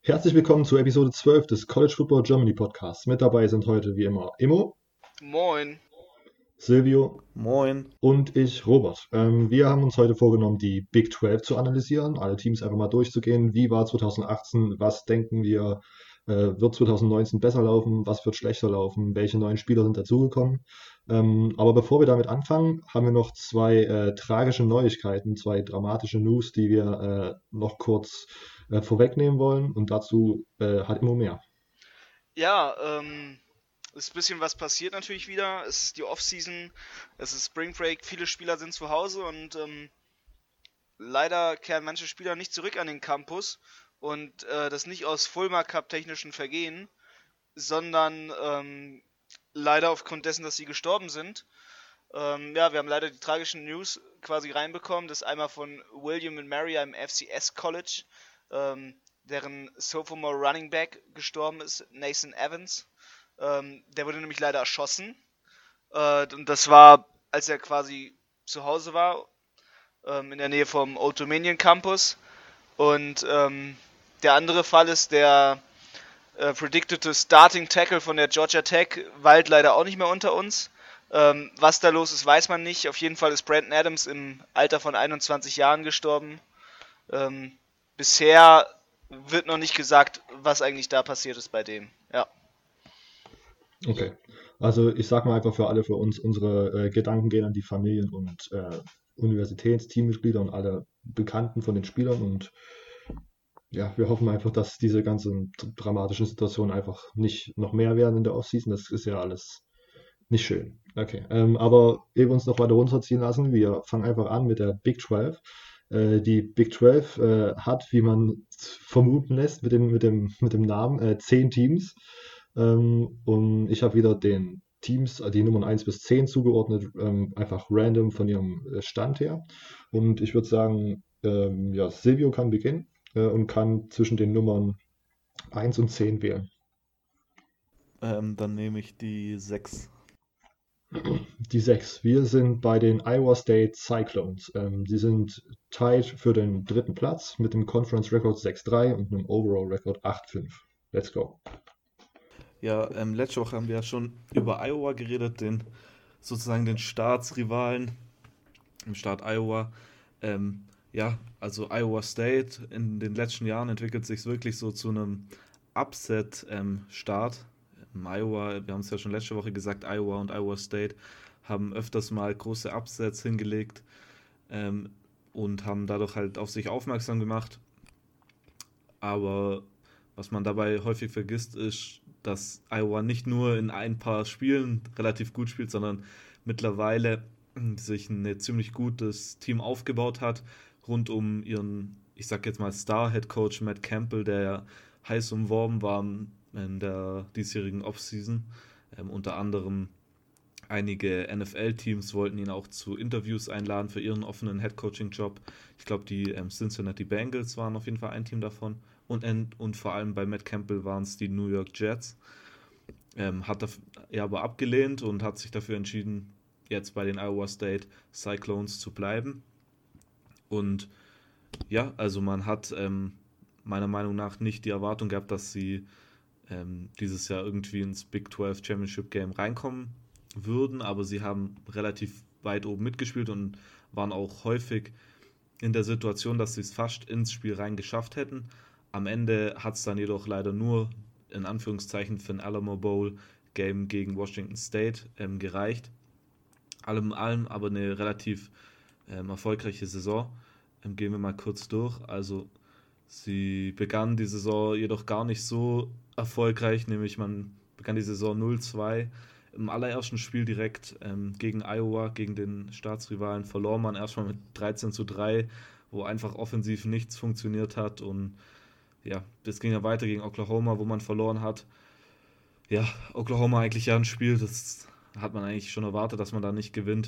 Herzlich willkommen zu Episode 12 des College Football Germany Podcasts. Mit dabei sind heute wie immer Immo, Moin. Silvio Moin. und ich, Robert. Wir haben uns heute vorgenommen, die Big 12 zu analysieren, alle Teams einfach mal durchzugehen. Wie war 2018? Was denken wir, wird 2019 besser laufen? Was wird schlechter laufen? Welche neuen Spieler sind dazugekommen? Aber bevor wir damit anfangen, haben wir noch zwei tragische Neuigkeiten, zwei dramatische News, die wir noch kurz vorwegnehmen wollen. Und dazu hat Immo mehr. Ja, ist ein bisschen was passiert natürlich wieder. Es ist die Offseason, es ist Spring Break, viele Spieler sind zu Hause und leider kehren manche Spieler nicht zurück an den Campus. Und das nicht aus Fulmer Cup technischen Vergehen, sondern leider aufgrund dessen, dass sie gestorben sind. Ja, wir haben leider die tragischen News quasi reinbekommen. Das ist einmal von William und Mary am FCS College, deren Sophomore Running Back gestorben ist, Nathan Evans. Der wurde nämlich leider erschossen. Und das war, als er quasi zu Hause war, in der Nähe vom Old Dominion Campus. Und der andere Fall ist der predicted Starting Tackle von der Georgia Tech, weilt leider auch nicht mehr unter uns. Was da los ist, weiß man nicht. Auf jeden Fall ist Brandon Adams im Alter von 21 Jahren gestorben. Bisher wird noch nicht gesagt, was eigentlich da passiert ist bei dem. Ja. Okay. Also ich sag mal einfach für alle für uns, unsere Gedanken gehen an die Familien und Universitätsteammitglieder und alle Bekannten von den Spielern und ja, wir hoffen einfach, dass diese ganzen dramatischen Situationen einfach nicht noch mehr werden in der Offseason. Das ist ja alles nicht schön. Okay. Aber ehe wir uns noch weiter runterziehen lassen, wir fangen einfach an mit der Big 12. Die Big 12 hat, wie man vermuten lässt, mit dem Namen 10 Teams. Und ich habe wieder den Teams, die Nummern 1 bis 10 zugeordnet, einfach random von ihrem Stand her. Und ich würde sagen, ja, Silvio kann beginnen und kann zwischen den Nummern 1 und 10 wählen. Dann nehme ich die 6. Die 6. Wir sind bei den Iowa State Cyclones. Sie sind tied für den dritten Platz mit dem Conference Record 6-3 und einem Overall Record 8-5. Let's go. Ja, letzte Woche haben wir ja schon über Iowa geredet, sozusagen den Staatsrivalen im Staat Iowa. Ja, also Iowa State in den letzten Jahren entwickelt sich wirklich so zu einem Upset-Staat. Iowa, wir haben es ja schon letzte Woche gesagt, Iowa und Iowa State haben öfters mal große Upsets hingelegt und haben dadurch halt auf sich aufmerksam gemacht. Aber was man dabei häufig vergisst, ist, dass Iowa nicht nur in ein paar Spielen relativ gut spielt, sondern mittlerweile sich ein ziemlich gutes Team aufgebaut hat, rund um ihren, ich sag jetzt mal, Star-Head-Coach Matt Campbell, der ja heiß umworben war in der diesjährigen Offseason. Unter anderem einige NFL-Teams wollten ihn auch zu Interviews einladen für ihren offenen Head-Coaching-Job. Ich glaube, die Cincinnati Bengals waren auf jeden Fall ein Team davon. Und vor allem bei Matt Campbell waren es die New York Jets. Hat er aber abgelehnt und hat sich dafür entschieden, jetzt bei den Iowa State Cyclones zu bleiben. Und ja, also man hat meiner Meinung nach nicht die Erwartung gehabt, dass sie dieses Jahr irgendwie ins Big 12 Championship Game reinkommen würden, aber sie haben relativ weit oben mitgespielt und waren auch häufig in der Situation, dass sie es fast ins Spiel rein geschafft hätten. Am Ende hat es dann jedoch leider nur in Anführungszeichen für ein Alamo Bowl Game gegen Washington State gereicht. Allem in allem aber eine relativ erfolgreiche Saison. Gehen wir mal kurz durch. Also sie begann die Saison jedoch gar nicht so erfolgreich, nämlich man begann die Saison 0-2. Im allerersten Spiel direkt gegen Iowa, gegen den Staatsrivalen, verlor man erstmal mit 13-3, wo einfach offensiv nichts funktioniert hat. Und ja, das ging ja weiter gegen Oklahoma, wo man verloren hat. Ja, Oklahoma eigentlich ja ein Spiel, das hat man eigentlich schon erwartet, dass man da nicht gewinnt.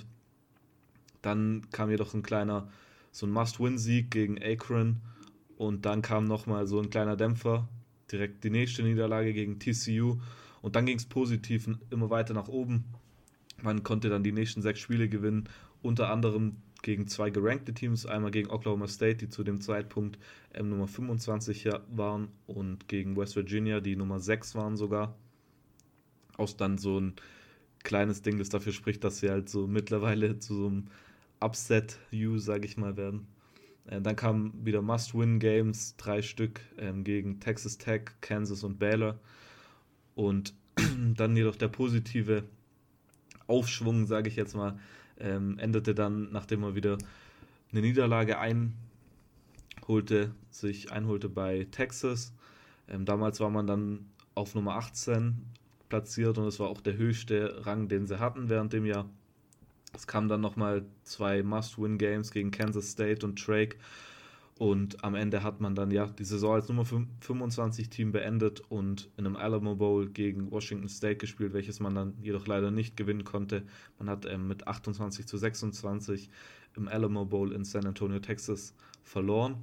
Dann kam jedoch so ein Must-Win-Sieg gegen Akron. Und dann kam nochmal so ein kleiner Dämpfer, direkt die nächste Niederlage gegen TCU. Und dann ging es positiv immer weiter nach oben. Man konnte dann die nächsten 6 Spiele gewinnen, unter anderem gegen 2 gerankte Teams, einmal gegen Oklahoma State, die zu dem Zeitpunkt Nummer 25 waren, und gegen West Virginia, die Nummer 6 waren sogar. Auch dann so ein kleines Ding, das dafür spricht, dass sie halt so mittlerweile zu so einem Upset-U, sage ich mal, werden. Dann kamen wieder Must-Win-Games, 3 Stück gegen Texas Tech, Kansas und Baylor. Und dann jedoch der positive Aufschwung, sage ich jetzt mal, endete dann, nachdem er wieder eine Niederlage einholte bei Texas. Damals war man dann auf Nummer 18 platziert und es war auch der höchste Rang, den sie hatten während dem Jahr. Es kamen dann nochmal 2 Must-Win-Games gegen Kansas State und Drake, und am Ende hat man dann die Saison als Nummer 25 Team beendet und in einem Alamo Bowl gegen Washington State gespielt, welches man dann jedoch leider nicht gewinnen konnte. Man hat mit 28-26 im Alamo Bowl in San Antonio, Texas verloren.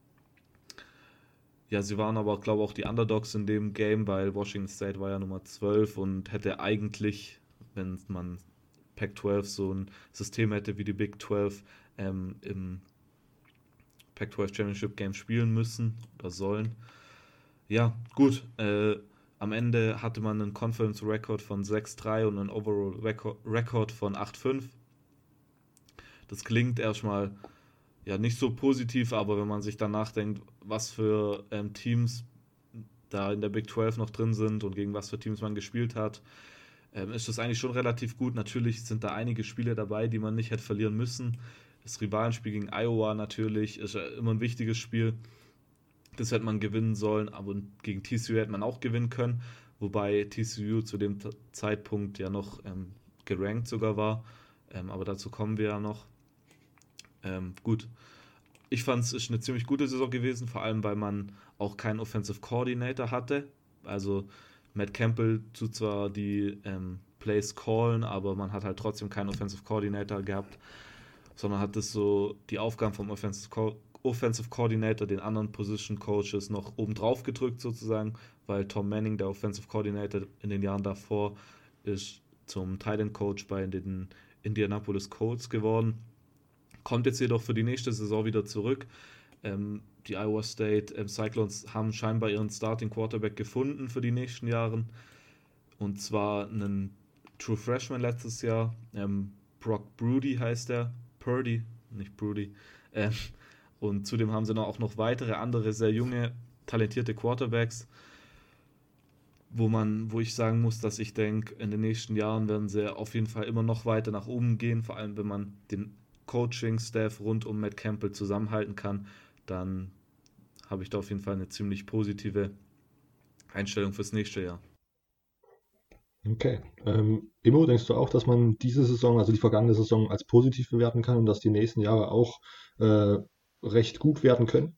Ja, sie waren aber, glaube ich, auch die Underdogs in dem Game, weil Washington State war ja Nummer 12 und hätte eigentlich, wenn man Pac-12 so ein System hätte wie die Big 12, im Pac-12 Championship Game spielen müssen oder sollen. Ja, gut. Am Ende hatte man einen Conference Record von 6-3 und einen Overall Record von 8-5. Das klingt erstmal nicht so positiv, aber wenn man sich dann nachdenkt, was für Teams da in der Big 12 noch drin sind und gegen was für Teams man gespielt hat, ist das eigentlich schon relativ gut. Natürlich sind da einige Spiele dabei, die man nicht hätte verlieren müssen. Das Rivalenspiel gegen Iowa natürlich ist ja immer ein wichtiges Spiel. Das hätte man gewinnen sollen, aber gegen TCU hätte man auch gewinnen können, wobei TCU zu dem Zeitpunkt ja noch gerankt sogar war, aber dazu kommen wir ja noch. Gut, ich fand es ist eine ziemlich gute Saison gewesen, vor allem weil man auch keinen Offensive Coordinator hatte. Also Matt Campbell tut zwar die Plays callen, aber man hat halt trotzdem keinen Offensive Coordinator gehabt, sondern hat das so die Aufgaben vom Offensive Coordinator den anderen Position Coaches noch oben drauf gedrückt sozusagen, weil Tom Manning, der Offensive Coordinator in den Jahren davor, ist zum Tight End Coach bei den Indianapolis Colts geworden. Kommt jetzt jedoch für die nächste Saison wieder zurück. Die Iowa State Cyclones haben scheinbar ihren Starting Quarterback gefunden für die nächsten Jahre. Und zwar einen True Freshman letztes Jahr. Brock Purdy heißt er. Purdy, nicht Prudy. Und zudem haben sie auch noch weitere andere sehr junge, talentierte Quarterbacks, wo ich sagen muss, dass ich denke, in den nächsten Jahren werden sie auf jeden Fall immer noch weiter nach oben gehen, vor allem wenn man den Coaching-Staff rund um Matt Campbell zusammenhalten kann, dann habe ich da auf jeden Fall eine ziemlich positive Einstellung fürs nächste Jahr. Okay. Immo, denkst du auch, dass man diese Saison, also die vergangene Saison, als positiv bewerten kann und dass die nächsten Jahre auch recht gut werden können?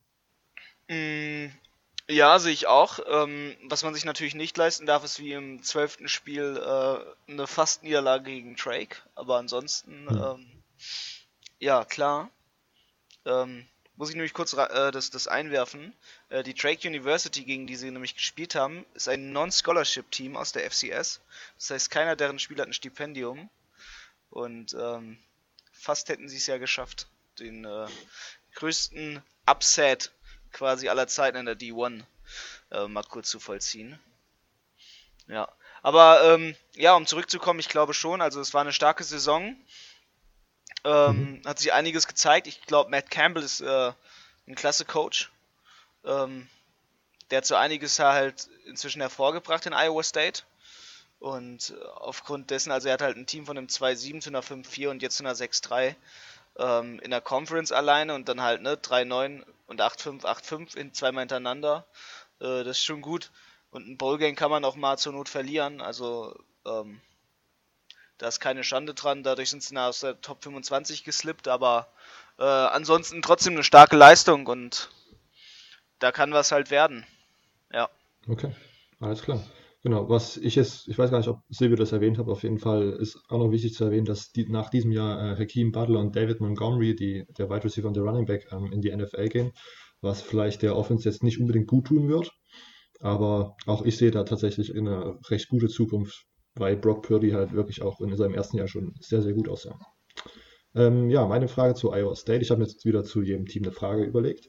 Ja, sehe ich auch. Was man sich natürlich nicht leisten darf, ist wie im 12. Spiel eine Fast-Niederlage gegen Drake. Aber ansonsten, ja, klar. Muss ich nämlich kurz das einwerfen. Die Drake University, gegen die sie nämlich gespielt haben, ist ein Non-Scholarship-Team aus der FCS. Das heißt, keiner deren Spieler hat ein Stipendium. Und fast hätten sie es ja geschafft, den größten Upset quasi aller Zeiten in der D1 mal kurz zu vollziehen. Ja, aber ja, um zurückzukommen, ich glaube schon, also es war eine starke Saison. Hat sich einiges gezeigt. Ich glaube, Matt Campbell ist ein klasse Coach. Der hat so einiges halt inzwischen hervorgebracht in Iowa State. Und aufgrund dessen, also er hat halt ein Team von einem 2-7 zu einer 5-4 und jetzt zu einer 6-3 in der Conference alleine und dann halt 3-9 und 8-5, 8-5 zweimal hintereinander. Das ist schon gut. Und ein Bowl-Game kann man auch mal zur Not verlieren. Also da ist keine Schande dran. Dadurch sind sie aus der Top 25 geslippt. Aber ansonsten trotzdem eine starke Leistung und da kann was halt werden. Ja. Okay, alles klar. Genau, ich weiß gar nicht, ob Silvio das erwähnt hat, auf jeden Fall ist auch noch wichtig zu erwähnen, dass nach diesem Jahr Hakeem Butler und David Montgomery, der Wide Receiver und der Running Back, in die NFL gehen, was vielleicht der Offense jetzt nicht unbedingt gut tun wird, aber auch ich sehe da tatsächlich eine recht gute Zukunft, weil Brock Purdy halt wirklich auch in seinem ersten Jahr schon sehr, sehr gut aussah. Ja, meine Frage zu Iowa State. Ich habe mir jetzt wieder zu jedem Team eine Frage überlegt.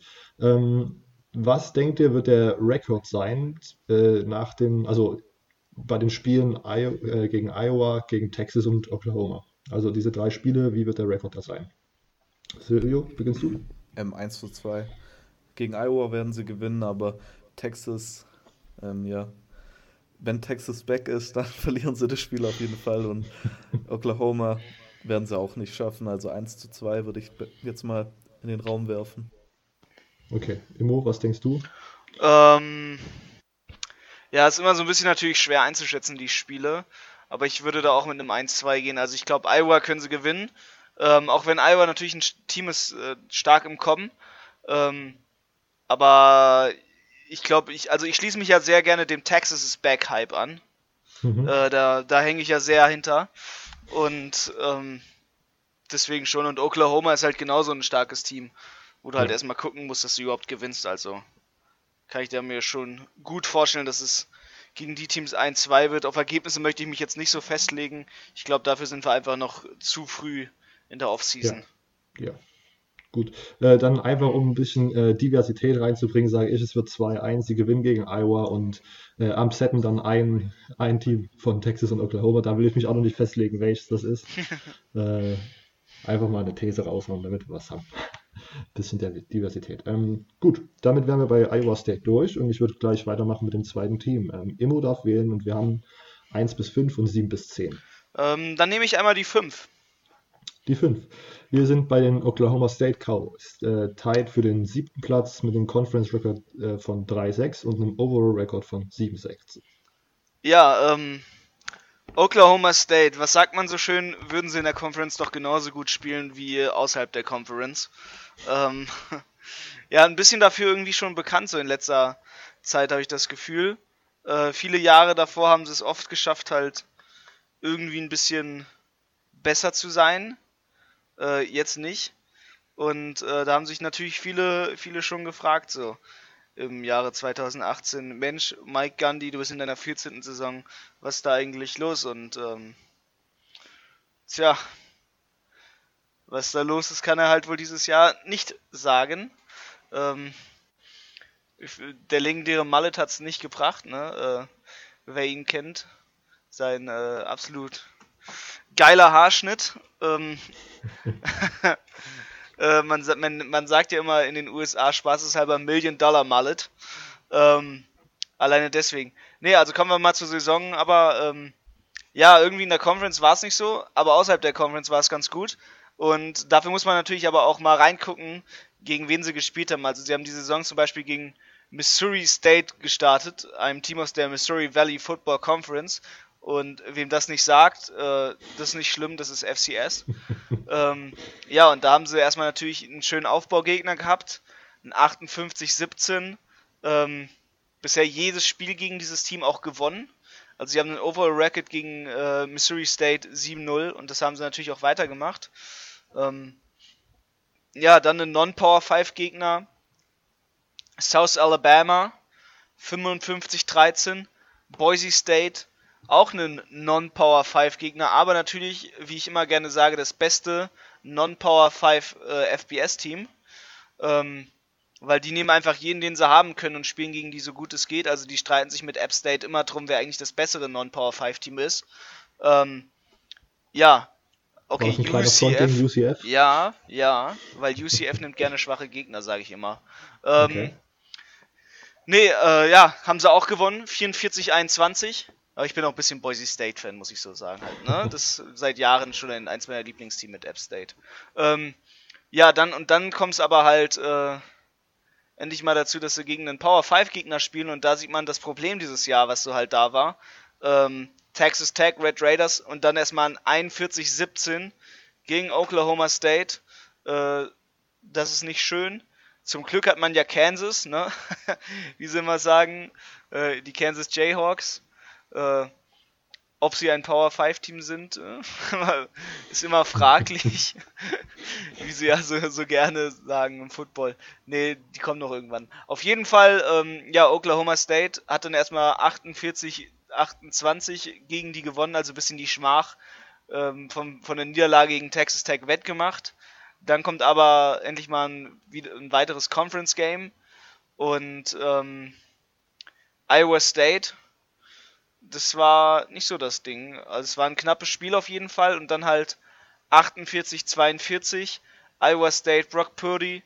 Was denkt ihr, wird der Rekord sein also bei den Spielen gegen Iowa, gegen Texas und Oklahoma? Also diese 3 Spiele, wie wird der Rekord da sein? Silvio, beginnst du? 1:2. Gegen Iowa werden sie gewinnen, aber Texas, ja, wenn Texas back ist, dann verlieren sie das Spiel auf jeden Fall und Oklahoma werden sie auch nicht schaffen. Also 1:2 würde ich jetzt mal in den Raum werfen. Okay, Immo, was denkst du? Ähm, ja, ist immer so ein bisschen natürlich schwer einzuschätzen, die Spiele. Aber ich würde da auch mit einem 1-2 gehen. Also ich glaube, Iowa können sie gewinnen. Auch wenn Iowa natürlich ein Team ist, stark im Kommen. Ähm, aber ich glaube, ich schließe mich ja sehr gerne dem Texas is Back Hype an. Mhm. Da hänge ich ja sehr hinter. Und deswegen schon. Und Oklahoma ist halt genauso ein starkes Team, wo du halt Ja. erstmal gucken musst, dass du überhaupt gewinnst. Also kann ich da mir schon gut vorstellen, dass es gegen die Teams 1-2 wird. Auf Ergebnisse möchte ich mich jetzt nicht so festlegen. Ich glaube, dafür sind wir einfach noch zu früh in der Ja, Offseason. ja, gut. Dann einfach, um ein bisschen Diversität reinzubringen, sage ich, es wird 2-1. Sie gewinnen gegen Iowa und upsetten dann ein Team von Texas und Oklahoma. Da will ich mich auch noch nicht festlegen, welches das ist. Äh, Einfach mal eine These raushauen, damit wir was haben. Bisschen der Diversität. Gut, damit wären wir bei Iowa State durch und ich würde gleich weitermachen mit dem zweiten Team. Immo darf wählen und wir haben 1 bis 5 und 7 bis 10. Dann nehme ich einmal die 5. Die 5. Wir sind bei den Oklahoma State Cowboys, tied für den 7. Platz mit einem Conference-Record von 3-6 und einem Overall-Record von 7-6. Ja, Oklahoma State, was sagt man so schön, würden sie in der Conference doch genauso gut spielen wie außerhalb der Conference. Ähm, ja, ein bisschen dafür irgendwie schon bekannt, so in letzter Zeit habe ich das Gefühl. Viele Jahre davor haben sie es oft geschafft, halt irgendwie ein bisschen besser zu sein. Jetzt nicht. Und da haben sich natürlich viele schon gefragt, so im Jahre 2018, Mensch, Mike Gundy, du bist in deiner 14. Saison, was ist da eigentlich los? Und tja, was da los ist, kann er halt wohl dieses Jahr nicht sagen. Ähm, Der legendäre Mallet hat es nicht gebracht, ne? Wer ihn kennt, sein absolut geiler Haarschnitt. Man sagt ja immer in den USA spaßeshalber $1 Million Mullet. Alleine deswegen. Nee, also kommen wir mal zur Saison, aber ja, irgendwie in der Conference war es nicht so, aber außerhalb der Conference war es ganz gut. Und dafür muss man natürlich aber auch mal reingucken, gegen wen sie gespielt haben. Also sie haben die Saison zum Beispiel gegen Missouri State gestartet, einem Team aus der Missouri Valley Football Conference. Und wem das nicht sagt, das ist nicht schlimm, das ist FCS. Ja, und da haben sie erstmal natürlich einen schönen Aufbaugegner gehabt, ein 58-17. Bisher jedes Spiel gegen dieses Team auch gewonnen. Also sie haben einen Overall-Record gegen Missouri State 7-0 und das haben sie natürlich auch weitergemacht. Ja, dann ein Non-Power-5-Gegner, South Alabama 55-13, Boise State auch ein Non-Power-5-Gegner, aber natürlich, wie ich immer gerne sage, das beste Non-Power-5 FBS-Team. Weil die nehmen einfach jeden, den sie haben können und spielen gegen die so gut es geht. Also die streiten sich mit App State immer drum, wer eigentlich das bessere Non-Power-5-Team ist. Ja, okay, War das ein kleiner Front UCF. gegen UCF? Ja, weil UCF nimmt gerne schwache Gegner, sage ich immer. Okay. Nee, ja, haben sie auch gewonnen, 44-21. Aber ich bin auch ein bisschen Boise State-Fan, muss ich so sagen halt, ne? Das ist seit Jahren schon eins meiner Lieblingsteams mit App State. Ja, dann kommt es aber halt endlich mal dazu, dass sie gegen einen Power-5-Gegner spielen und da sieht man das Problem dieses Jahr, was so halt da war. Texas Tech, Red Raiders und dann erstmal ein 41-17 gegen Oklahoma State. Das ist nicht schön. Zum Glück hat man ja Kansas, ne? Wie sie immer sagen, die Kansas Jayhawks. Ob sie ein Power-5-Team sind, ist immer fraglich. Wie sie ja so gerne sagen im Football. Nee, die kommen noch irgendwann. Auf jeden Fall, ja, Oklahoma State hat dann erstmal 48-28 gegen die gewonnen, also ein bisschen die Schmach von der Niederlage gegen Texas Tech wettgemacht. Dann kommt aber endlich mal ein weiteres Conference-Game und Iowa State, das war nicht so das Ding. Also es war ein knappes Spiel auf jeden Fall und dann halt 48-42. Iowa State, Brock Purdy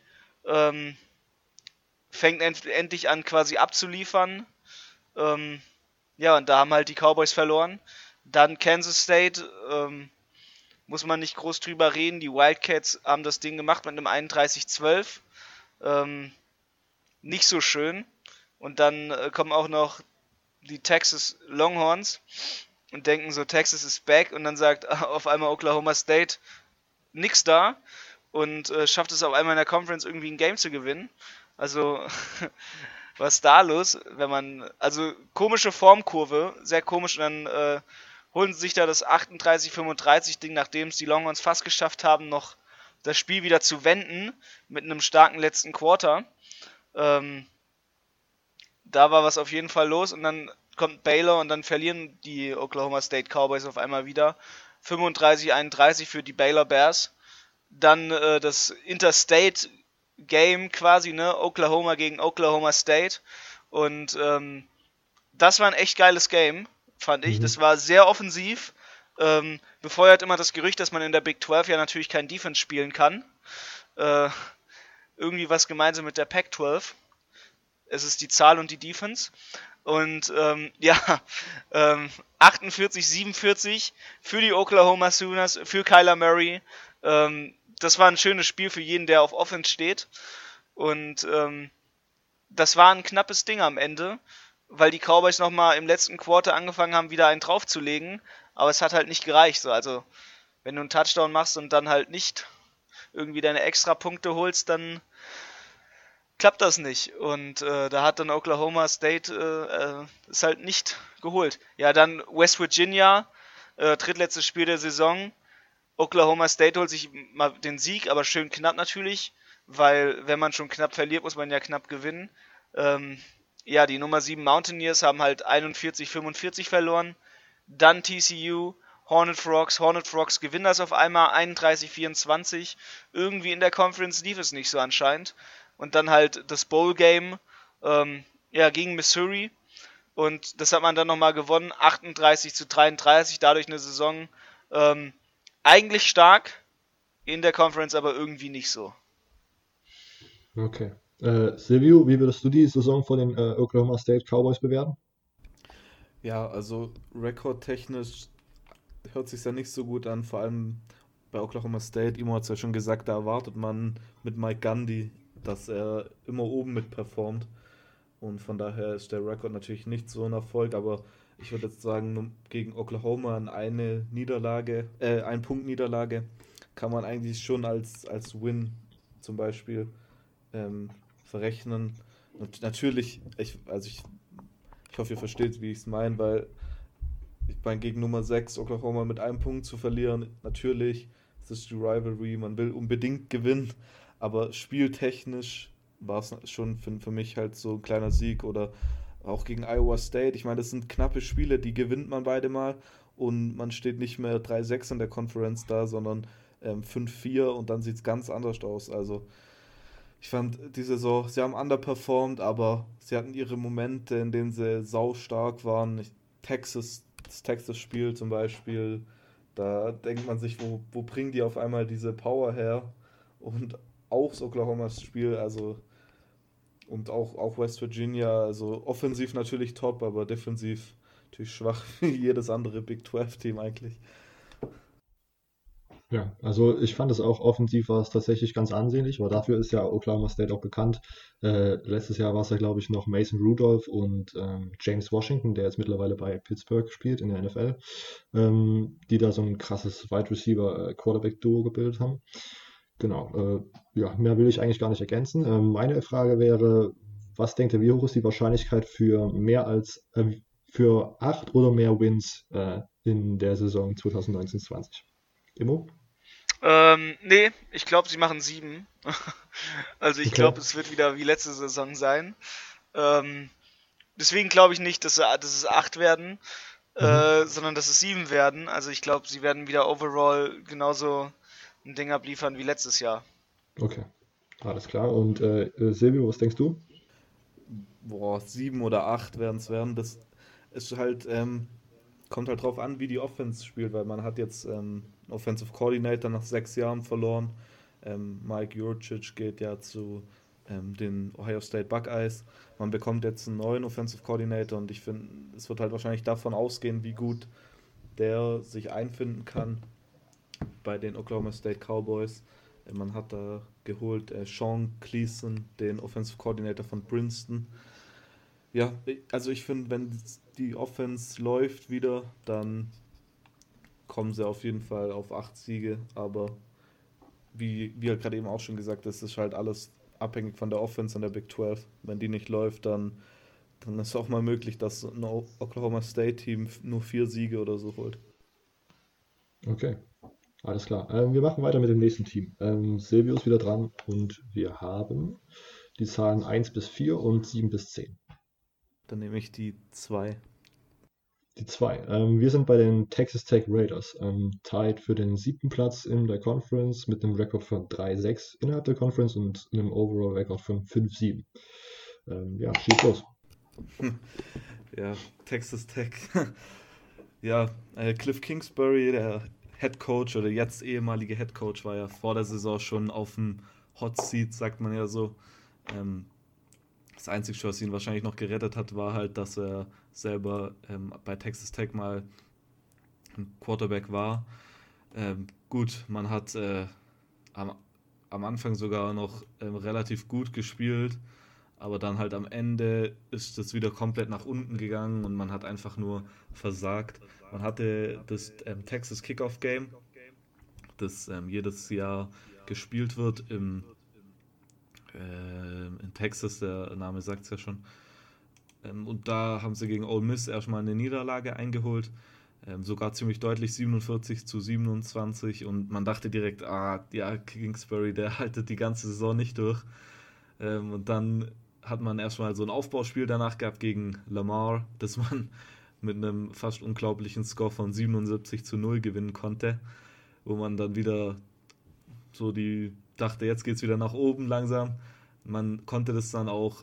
fängt endlich an quasi abzuliefern. Ja, und da haben halt die Cowboys verloren. Dann Kansas State, muss man nicht groß drüber reden. Die Wildcats haben das Ding gemacht mit einem 31-12. Nicht so schön. Und dann kommen auch noch die Texas Longhorns und denken so, Texas ist back. Und dann sagt auf einmal Oklahoma State, nix da. Und schafft es auf einmal in der Conference irgendwie ein Game zu gewinnen. Also, was ist da los? Also komische Formkurve, sehr komisch. Und dann holen sie sich da das 38-35 Ding, nachdem es die Longhorns fast geschafft haben, noch das Spiel wieder zu wenden mit einem starken letzten Quarter. Da war was auf jeden Fall los und dann kommt Baylor und dann verlieren die Oklahoma State Cowboys auf einmal wieder. 35-31 für die Baylor Bears. Dann das Interstate Game quasi, ne? Oklahoma gegen Oklahoma State. Und das war ein echt geiles Game, fand ich. Das war sehr offensiv. Befeuert immer das Gerücht, dass man in der Big 12 ja natürlich kein Defense spielen kann. Irgendwie was gemeinsam mit der Pac 12. Es ist die Zahl und die Defense. Und 48-47 für die Oklahoma Sooners, für Kyler Murray. Das war ein schönes Spiel für jeden, der auf Offense steht. Und das war ein knappes Ding am Ende, weil die Cowboys nochmal im letzten Quarter angefangen haben, wieder einen draufzulegen. Aber es hat halt nicht gereicht. So. Also, wenn du einen Touchdown machst und dann halt nicht irgendwie deine Extrapunkte holst, dann klappt das nicht. Und da hat dann Oklahoma State es halt nicht geholt. Ja, dann West Virginia, drittletztes Spiel der Saison. Oklahoma State holt sich mal den Sieg, aber schön knapp natürlich, weil wenn man schon knapp verliert, muss man ja knapp gewinnen. Die Nummer 7 Mountaineers haben halt 41-45 verloren. Dann TCU, Hornet Frogs gewinnen das auf einmal 31-24. Irgendwie in der Conference lief es nicht so anscheinend. Und dann halt das Bowl-Game gegen Missouri. Und das hat man dann nochmal gewonnen, 38-33, dadurch eine Saison eigentlich stark, in der Conference aber irgendwie nicht so. Okay. Silvio, wie würdest du die Saison von den Oklahoma State Cowboys bewerten? Ja, also rekordtechnisch hört sich ja nicht so gut an, vor allem bei Oklahoma State. Imo hat es ja schon gesagt, da erwartet man mit Mike Gundy, dass er immer oben mit performt. Und von daher ist der Rekord natürlich nicht so ein Erfolg, aber ich würde jetzt sagen, gegen Oklahoma eine Punkt Niederlage kann man eigentlich schon als Win zum Beispiel verrechnen. Und natürlich, ich hoffe, ihr versteht, wie ich es meine, weil gegen Nummer 6 Oklahoma mit einem Punkt zu verlieren, natürlich, es ist die Rivalry, man will unbedingt gewinnen, aber spieltechnisch war es schon für mich halt so ein kleiner Sieg. Oder auch gegen Iowa State. Ich meine, das sind knappe Spiele, die gewinnt man beide mal und man steht nicht mehr 3-6 in der Conference da, sondern 5-4 und dann sieht es ganz anders aus. Also ich fand die Saison, sie haben underperformed, aber sie hatten ihre Momente, in denen sie saustark waren. Das Texas-Spiel zum Beispiel, da denkt man sich, wo bringen die auf einmal diese Power her? Und auch das Oklahoma-Spiel, also und auch West Virginia, also offensiv natürlich top, aber defensiv natürlich schwach wie jedes andere Big 12-Team eigentlich. Ja, also ich fand es auch offensiv war es tatsächlich ganz ansehnlich, aber dafür ist ja Oklahoma State auch bekannt. Letztes Jahr war es ja, glaube ich, noch Mason Rudolph und James Washington, der jetzt mittlerweile bei Pittsburgh spielt in der NFL, die da so ein krasses Wide Receiver Quarterback Duo gebildet haben. Genau, mehr will ich eigentlich gar nicht ergänzen. Meine Frage wäre, was denkt ihr, wie hoch ist die Wahrscheinlichkeit für für 8 oder mehr Wins in der Saison 2019-20? Immo? Nee, ich glaube, sie machen 7. Also ich Okay. glaube, es wird wieder wie letzte Saison sein. Deswegen glaube ich nicht, dass es 8 werden. sondern dass es 7 werden. Also ich glaube, sie werden wieder overall genauso ein Ding abliefern wie letztes Jahr. Okay, alles klar. Und Silvio, was denkst du? Boah, 7 oder 8 werden es werden. Das ist halt, kommt halt drauf an, wie die Offense spielt, weil man hat jetzt einen Offensive Coordinator nach 6 Jahren verloren. Mike Yurcich geht ja zu den Ohio State Buckeyes. Man bekommt jetzt einen neuen Offensive Coordinator und ich finde, es wird halt wahrscheinlich davon ausgehen, wie gut der sich einfinden kann bei den Oklahoma State Cowboys. Man hat da geholt Sean Gleason, den Offensive Coordinator von Princeton. Ja, also ich finde, wenn die Offense läuft wieder, dann kommen sie auf jeden Fall auf 8 Siege, aber wie halt gerade eben auch schon gesagt, das ist halt alles abhängig von der Offense an der Big 12. Wenn die nicht läuft, dann ist es auch mal möglich, dass ein Oklahoma State Team nur 4 Siege oder so holt. Okay, alles klar. Wir machen weiter mit dem nächsten Team. Silvio ist wieder dran und wir haben die Zahlen 1 bis 4 und 7 bis 10. Dann nehme ich die 2. Die 2. Wir sind bei den Texas Tech Raiders, tied für den 7. Platz in der Conference mit einem Rekord von 3-6 innerhalb der Conference und einem Overall-Rekord von 5-7. Ja, schieß los. Ja, Texas Tech. Ja, Cliff Kingsbury, der Head Coach oder jetzt ehemalige Head Coach, war ja vor der Saison schon auf dem Hot Seat, sagt man ja so. Das Einzige, was ihn wahrscheinlich noch gerettet hat, war halt, dass er selber bei Texas Tech mal ein Quarterback war. Gut, man hat am Anfang sogar noch relativ gut gespielt, aber dann halt am Ende ist es wieder komplett nach unten gegangen und man hat einfach nur versagt. Man hatte das Texas Kickoff Game, das jedes Jahr gespielt wird in Texas, der Name sagt es ja schon. Und da haben sie gegen Ole Miss erstmal eine Niederlage eingeholt, sogar ziemlich deutlich 47-27 und man dachte direkt, ja, Kingsbury, der haltet die ganze Saison nicht durch. Und dann hat man erstmal so ein Aufbauspiel danach gehabt gegen Lamar, das man mit einem fast unglaublichen Score von 77-0 gewinnen konnte, wo man dann wieder so dachte, jetzt geht's wieder nach oben langsam. Man konnte das dann auch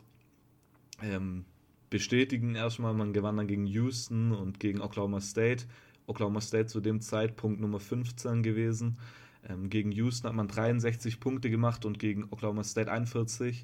bestätigen erstmal. Man gewann dann gegen Houston und gegen Oklahoma State. Oklahoma State zu dem Zeitpunkt Nummer 15 gewesen. Gegen Houston hat man 63 Punkte gemacht und gegen Oklahoma State 41.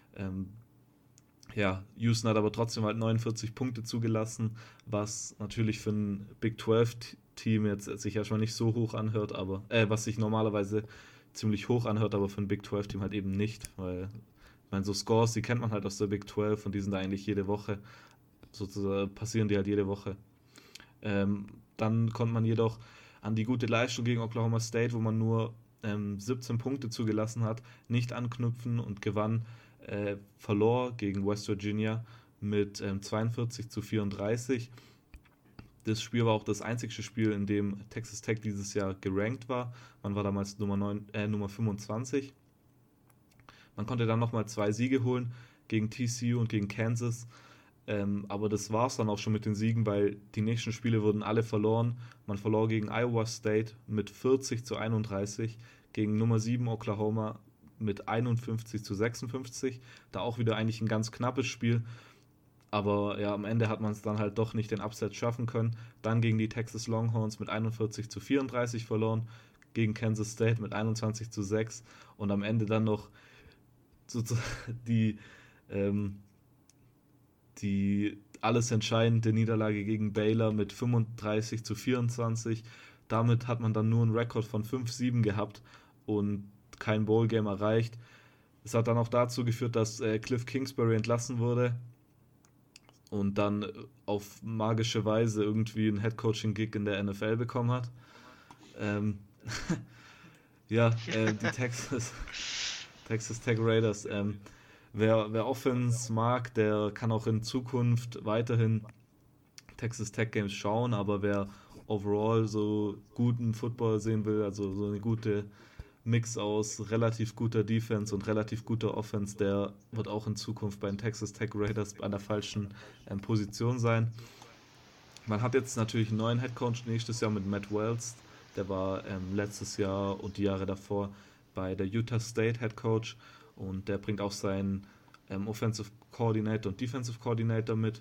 Ja, Houston hat aber trotzdem halt 49 Punkte zugelassen, was natürlich für ein Big 12-Team jetzt sich erstmal nicht so hoch anhört, aber was sich normalerweise ziemlich hoch anhört, aber für ein Big 12-Team halt eben nicht, weil ich meine, so Scores, die kennt man halt aus der Big 12 und die sind da eigentlich jede Woche, sozusagen passieren die halt jede Woche. Dann konnte man jedoch an die gute Leistung gegen Oklahoma State, wo man nur 17 Punkte zugelassen hat, nicht anknüpfen und verlor gegen West Virginia mit 42-34. Das Spiel war auch das einzige Spiel, in dem Texas Tech dieses Jahr gerankt war. Man war damals Nummer 25. Man konnte dann nochmal 2 Siege holen gegen TCU und gegen Kansas. Aber das war es dann auch schon mit den Siegen, weil die nächsten Spiele wurden alle verloren. Man verlor gegen Iowa State mit 40-31, gegen Nummer 7 Oklahoma mit 51-56. Da auch wieder eigentlich ein ganz knappes Spiel. Aber ja, am Ende hat man es dann halt doch nicht den Upset schaffen können. Dann gegen die Texas Longhorns mit 41-34 verloren, gegen Kansas State mit 21-6 und am Ende dann noch die alles entscheidende Niederlage gegen Baylor mit 35-24. Damit hat man dann nur einen Rekord von 5-7 gehabt und kein Bowl-Game erreicht. Es hat dann auch dazu geführt, dass Cliff Kingsbury entlassen wurde und dann auf magische Weise irgendwie einen Headcoaching-Gig in der NFL bekommen hat. Ja, die Texas Tech Raiders. Wer Offense mag, der kann auch in Zukunft weiterhin Texas Tech Games schauen, aber wer overall so guten Football sehen will, also so eine gute Mix aus relativ guter Defense und relativ guter Offense, der wird auch in Zukunft bei den Texas Tech Raiders an der falschen Position sein. Man hat jetzt natürlich einen neuen Headcoach nächstes Jahr mit Matt Wells. Der war letztes Jahr und die Jahre davor bei der Utah State Headcoach und der bringt auch seinen Offensive Coordinator und Defensive Coordinator mit.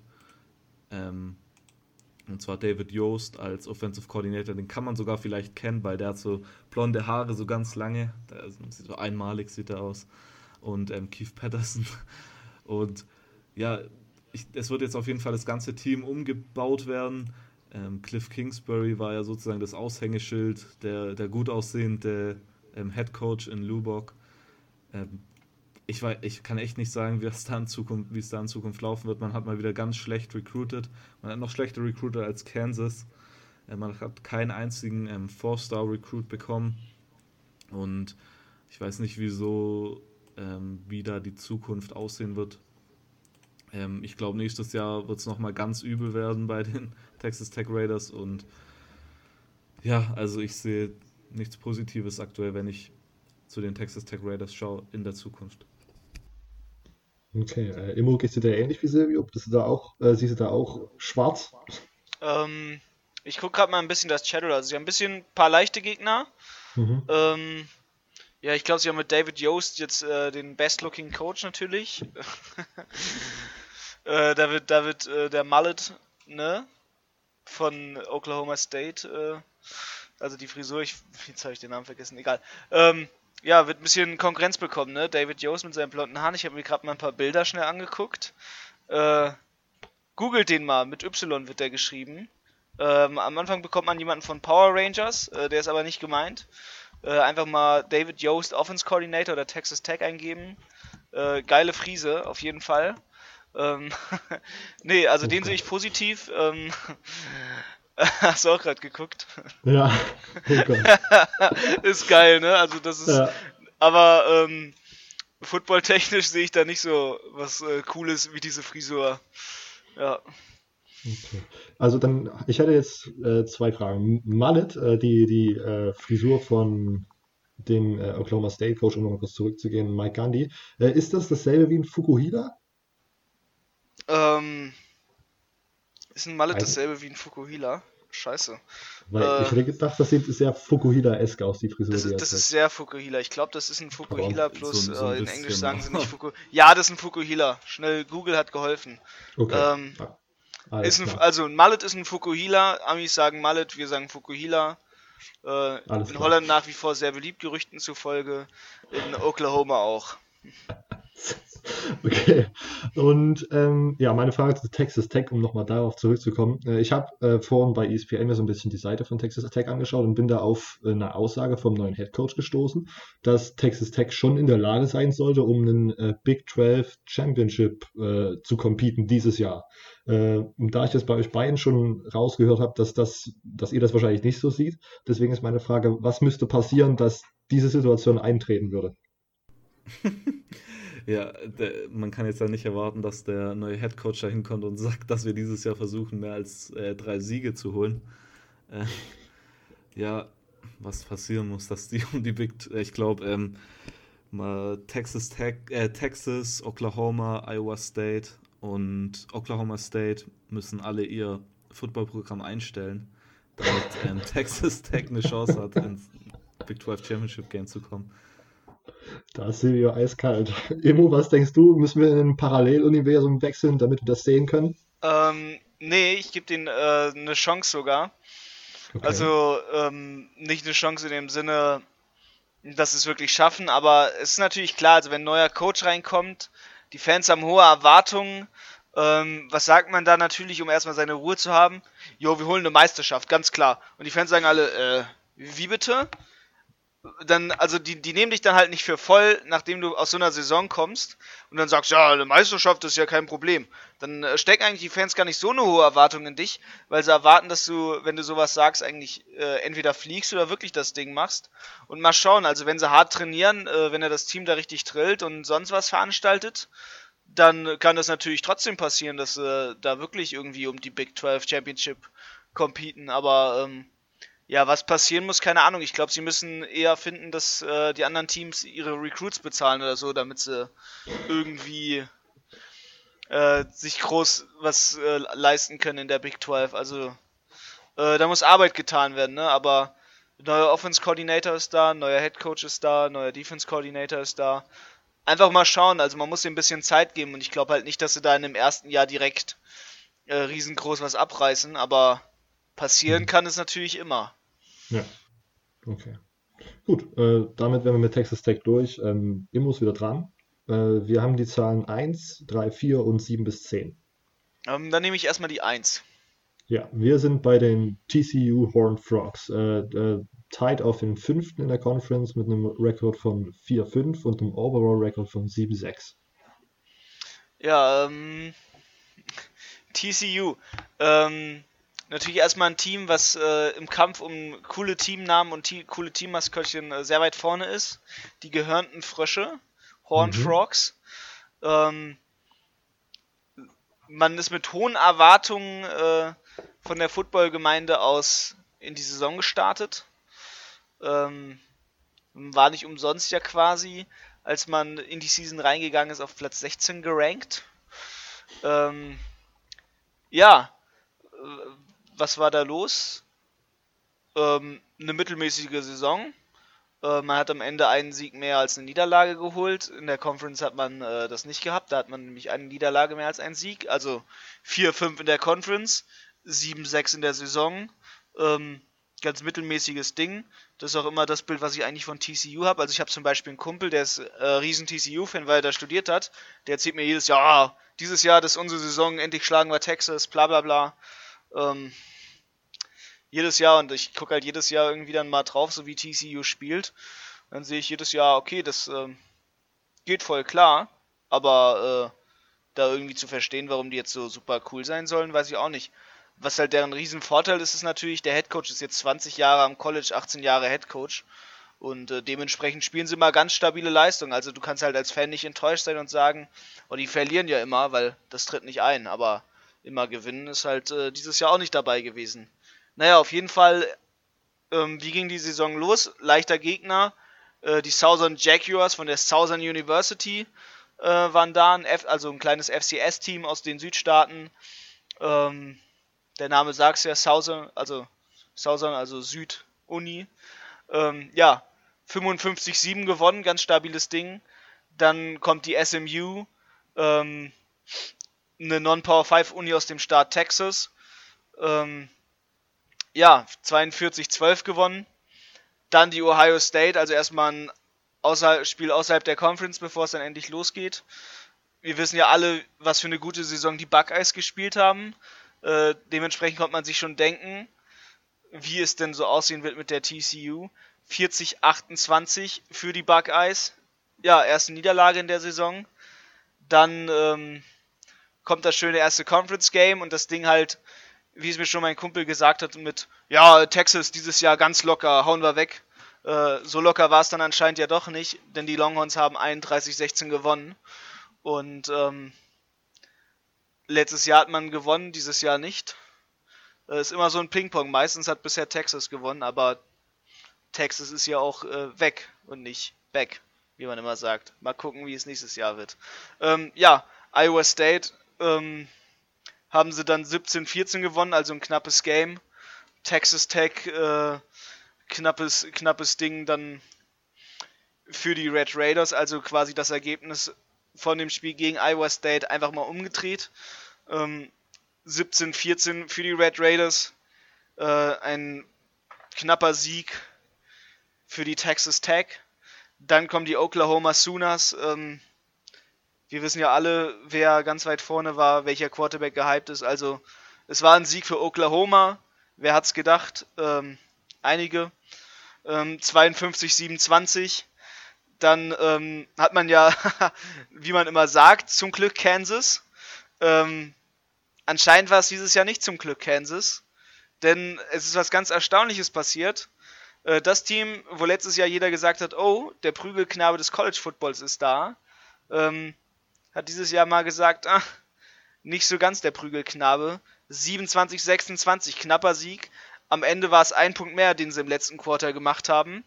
Und zwar David Yost als Offensive Coordinator. Den kann man sogar vielleicht kennen, weil der hat so blonde Haare, so ganz lange. So einmalig sieht er aus. Und Keith Patterson. Und ja, es wird jetzt auf jeden Fall das ganze Team umgebaut werden. Cliff Kingsbury war ja sozusagen das Aushängeschild, der gut aussehende Head Coach in Lubbock. Ich kann echt nicht sagen, wie es da in Zukunft laufen wird. Man hat mal wieder ganz schlecht recruited. Man hat noch schlechter recruited als Kansas. Man hat keinen einzigen 4-Star-Recruit bekommen. Und ich weiß nicht, wie da die Zukunft aussehen wird. Ich glaube, nächstes Jahr wird es nochmal ganz übel werden bei den Texas Tech Raiders. Und ja, also ich sehe nichts Positives aktuell, wenn ich zu den Texas Tech Raiders schaue in der Zukunft. Okay, Immo, gehst du da ähnlich wie Silvio? Siehst du da auch schwarz? Ich gucke gerade mal ein bisschen das Schedule. Also sie haben ein paar leichte Gegner. Mhm. Ja, ich glaube, sie haben mit David Yost jetzt den best-looking Coach natürlich. Der Mullet, ne? Von Oklahoma State. Also die Frisur, jetzt habe ich den Namen vergessen, egal. Ja, wird ein bisschen Konkurrenz bekommen, ne? David Yost mit seinen blonden Haaren. Ich habe mir gerade mal ein paar Bilder schnell angeguckt. Googelt den mal, mit Y wird der geschrieben. Am Anfang bekommt man jemanden von Power Rangers, der ist aber nicht gemeint. Einfach mal David Yost Offense Coordinator oder Texas Tech eingeben. Geile Friese, auf jeden Fall. Nee, also den sehe ich positiv. Hast du auch gerade geguckt? Ja, oh Gott. Ist geil, ne? Also das ist. Ja. Aber footballtechnisch sehe ich da nicht so was Cooles wie diese Frisur. Ja. Okay. Also dann, ich hätte jetzt zwei Fragen. Mullet, die Frisur von dem Oklahoma State Coach, um noch kurz zurückzugehen, Mike Gundy, ist das dasselbe wie ein Fukuhila? Ist ein Mallet Also, dasselbe wie ein Fukuhila? Scheiße. weil ich Äh, hätte gedacht, das sieht sehr Fukuhila-esk aus, die Frisur, Das die er ist trägt. sehr Fukuhila. Ich glaube, das ist ein Fukuhila plus So ein in Englisch bisschen. sagen sie nicht Fuku. Ja, das ist ein Fukuhila. Schnell, Google hat geholfen. Okay, Ähm, alles klar. Also ein Mallet ist ein Fukuhila. Amis sagen Mallet, wir sagen Fukuhila. Alles In klar. Holland nach wie vor sehr beliebt, Gerüchten zufolge. In Oklahoma auch. Okay. Und ja, meine Frage zu Texas Tech, um nochmal darauf zurückzukommen. Ich habe vorhin bei ESPN mir so ein bisschen die Seite von Texas Tech angeschaut und bin da auf eine Aussage vom neuen Head Coach gestoßen, dass Texas Tech schon in der Lage sein sollte, um einen Big 12 Championship zu competen dieses Jahr. Und da ich das bei euch beiden schon rausgehört habe, dass ihr das wahrscheinlich nicht so seht, deswegen ist meine Frage, was müsste passieren, dass diese Situation eintreten würde? Ja, man kann jetzt ja nicht erwarten, dass der neue Headcoach da hinkommt und sagt, dass wir dieses Jahr versuchen, mehr als 3 Siege zu holen. Äh, ja, was passieren muss, dass die ich glaube, Texas, Oklahoma, Iowa State und Oklahoma State müssen alle ihr Footballprogramm einstellen, damit Texas Tech eine Chance hat, ins Big 12 Championship Game zu kommen. Da ist Silvio eiskalt. Emo, was denkst du? Müssen wir in ein Paralleluniversum wechseln, damit wir das sehen können? Nee, ich gebe denen eine Chance sogar. Okay. Also nicht eine Chance in dem Sinne, dass sie es wirklich schaffen, aber es ist natürlich klar, also wenn ein neuer Coach reinkommt, die Fans haben hohe Erwartungen. Was sagt man da natürlich, um erstmal seine Ruhe zu haben? Jo, wir holen eine Meisterschaft, ganz klar. Und die Fans sagen alle, wie bitte? Dann, also die nehmen dich dann halt nicht für voll, nachdem du aus so einer Saison kommst und dann sagst, ja, eine Meisterschaft ist ja kein Problem. Dann stecken eigentlich die Fans gar nicht so eine hohe Erwartung in dich, weil sie erwarten, dass du, wenn du sowas sagst, eigentlich entweder fliegst oder wirklich das Ding machst. Und mal schauen, also wenn sie hart trainieren, wenn er das Team da richtig drillt und sonst was veranstaltet, dann kann das natürlich trotzdem passieren, dass sie da wirklich irgendwie um die Big 12 Championship competen, aber ja, was passieren muss, keine Ahnung. Ich glaube, sie müssen eher finden, dass die anderen Teams ihre Recruits bezahlen oder so, damit sie irgendwie sich groß was leisten können in der Big 12. Also da muss Arbeit getan werden, ne? Aber neuer Offense Coordinator ist da, neuer Head Coach ist da, neuer Defense Coordinator ist da. Einfach mal schauen, also man muss ihm ein bisschen Zeit geben und ich glaube halt nicht, dass sie da in dem ersten Jahr direkt riesengroß was abreißen, aber passieren kann es natürlich immer. Ja, okay. Gut, damit wären wir mit Texas Tech durch. Immo ist wieder dran. Wir haben die Zahlen 1, 3, 4 und 7 bis 10. Dann nehme ich erstmal die 1. Ja, wir sind bei den TCU Horned Frogs. Tied auf den 5. in der Conference mit einem Rekord von 4-5 und einem Overall-Rekord von 7-6. Ja, TCU. Natürlich erstmal ein Team, was im Kampf um coole Teamnamen und coole Teammaskottchen sehr weit vorne ist. Die gehörnten Frösche, Horned Frogs. Man ist mit hohen Erwartungen von der Footballgemeinde aus in die Saison gestartet. War nicht umsonst ja quasi, als man in die Season reingegangen ist, auf Platz 16 gerankt. Ja, was war da los? Eine mittelmäßige Saison. Man hat am Ende einen Sieg mehr als eine Niederlage geholt. In der Conference hat man das nicht gehabt. Da hat man nämlich eine Niederlage mehr als einen Sieg. Also 4-5 in der Conference, 7-6 in der Saison. Ganz mittelmäßiges Ding. Das ist auch immer das Bild, was ich eigentlich von TCU habe. Also ich habe zum Beispiel einen Kumpel, der ist riesen TCU-Fan, weil er da studiert hat. Der erzählt mir jedes Jahr, dieses Jahr, das ist unsere Saison, endlich schlagen wir Texas, bla bla bla. Jedes Jahr, und ich gucke halt jedes Jahr irgendwie dann mal drauf, so wie TCU spielt. Dann sehe ich jedes Jahr, okay, das geht voll klar, aber da irgendwie zu verstehen, warum die jetzt so super cool sein sollen, weiß ich auch nicht. Was halt deren Riesenvorteil ist, ist natürlich, der Headcoach ist jetzt 20 Jahre am College, 18 Jahre Headcoach und dementsprechend spielen sie mal ganz stabile Leistung. Also du kannst halt als Fan nicht enttäuscht sein und sagen, oh, die verlieren ja immer, weil das tritt nicht ein, aber immer gewinnen ist halt dieses Jahr auch nicht dabei gewesen. Naja, auf jeden Fall, wie ging die Saison los? Leichter Gegner, die Southern Jaguars von der Southern University waren da, also ein kleines FCS-Team aus den Südstaaten. Der Name sagt es ja, Southern, also Süd-Uni. Ja, 55-7 gewonnen, ganz stabiles Ding. Dann kommt die SMU, eine Non-Power-5-Uni aus dem Staat Texas. Ja, 42-12 gewonnen. Dann die Ohio State, also erstmal ein Spiel außerhalb der Conference, bevor es dann endlich losgeht. Wir wissen ja alle, was für eine gute Saison die Buckeyes gespielt haben. Dementsprechend konnte man sich schon denken, wie es denn so aussehen wird mit der TCU. 40-28 für die Buckeyes. Ja, erste Niederlage in der Saison. Dann kommt das schöne erste Conference-Game und das Ding halt, wie es mir schon mein Kumpel gesagt hat, mit, ja, Texas dieses Jahr ganz locker, hauen wir weg. So locker war es dann anscheinend ja doch nicht, denn die Longhorns haben 31-16 gewonnen. Und letztes Jahr hat man gewonnen, dieses Jahr nicht. Ist immer so ein Ping-Pong. Meistens hat bisher Texas gewonnen, aber Texas ist ja auch weg und nicht back, wie man immer sagt. Mal gucken, wie es nächstes Jahr wird. Ja, Iowa State haben sie dann 17-14 gewonnen, also ein knappes Game. Texas Tech, knappes Ding dann für die Red Raiders, also quasi das Ergebnis von dem Spiel gegen Iowa State einfach mal umgedreht. 17-14 für die Red Raiders. Ein knapper Sieg für die Texas Tech. Dann kommen die Oklahoma Sooners. Wir wissen ja alle, wer ganz weit vorne war, welcher Quarterback gehypt ist. Also es war ein Sieg für Oklahoma. Wer hat's gedacht? Einige. 52-27. Dann hat man ja, wie man immer sagt, zum Glück Kansas. Anscheinend war es dieses Jahr nicht zum Glück Kansas. Denn es ist was ganz Erstaunliches passiert. Das Team, wo letztes Jahr jeder gesagt hat, oh, der Prügelknabe des College Footballs ist da, hat dieses Jahr mal gesagt, nicht so ganz der Prügelknabe. 27-26, knapper Sieg. Am Ende war es ein Punkt mehr, den sie im letzten Quarter gemacht haben.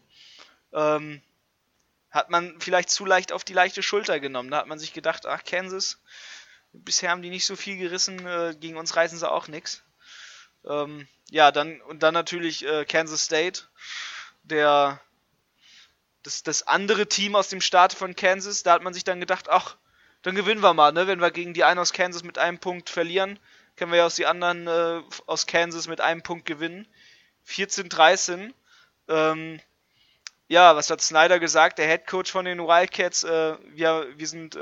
Hat man vielleicht zu leicht auf die leichte Schulter genommen. Da hat man sich gedacht, ach, Kansas, Bisher haben die nicht so viel gerissen, gegen uns reißen sie auch nichts. Ja, dann natürlich Kansas State, das andere Team aus dem Staat von Kansas. Da hat man sich dann gedacht, ach, dann gewinnen wir mal, ne? Wenn wir gegen die einen aus Kansas mit einem Punkt verlieren, können wir ja aus die anderen aus Kansas mit einem Punkt gewinnen. 14-13. Ja, was hat Snyder gesagt? Der Head Coach von den Wildcats, wir sind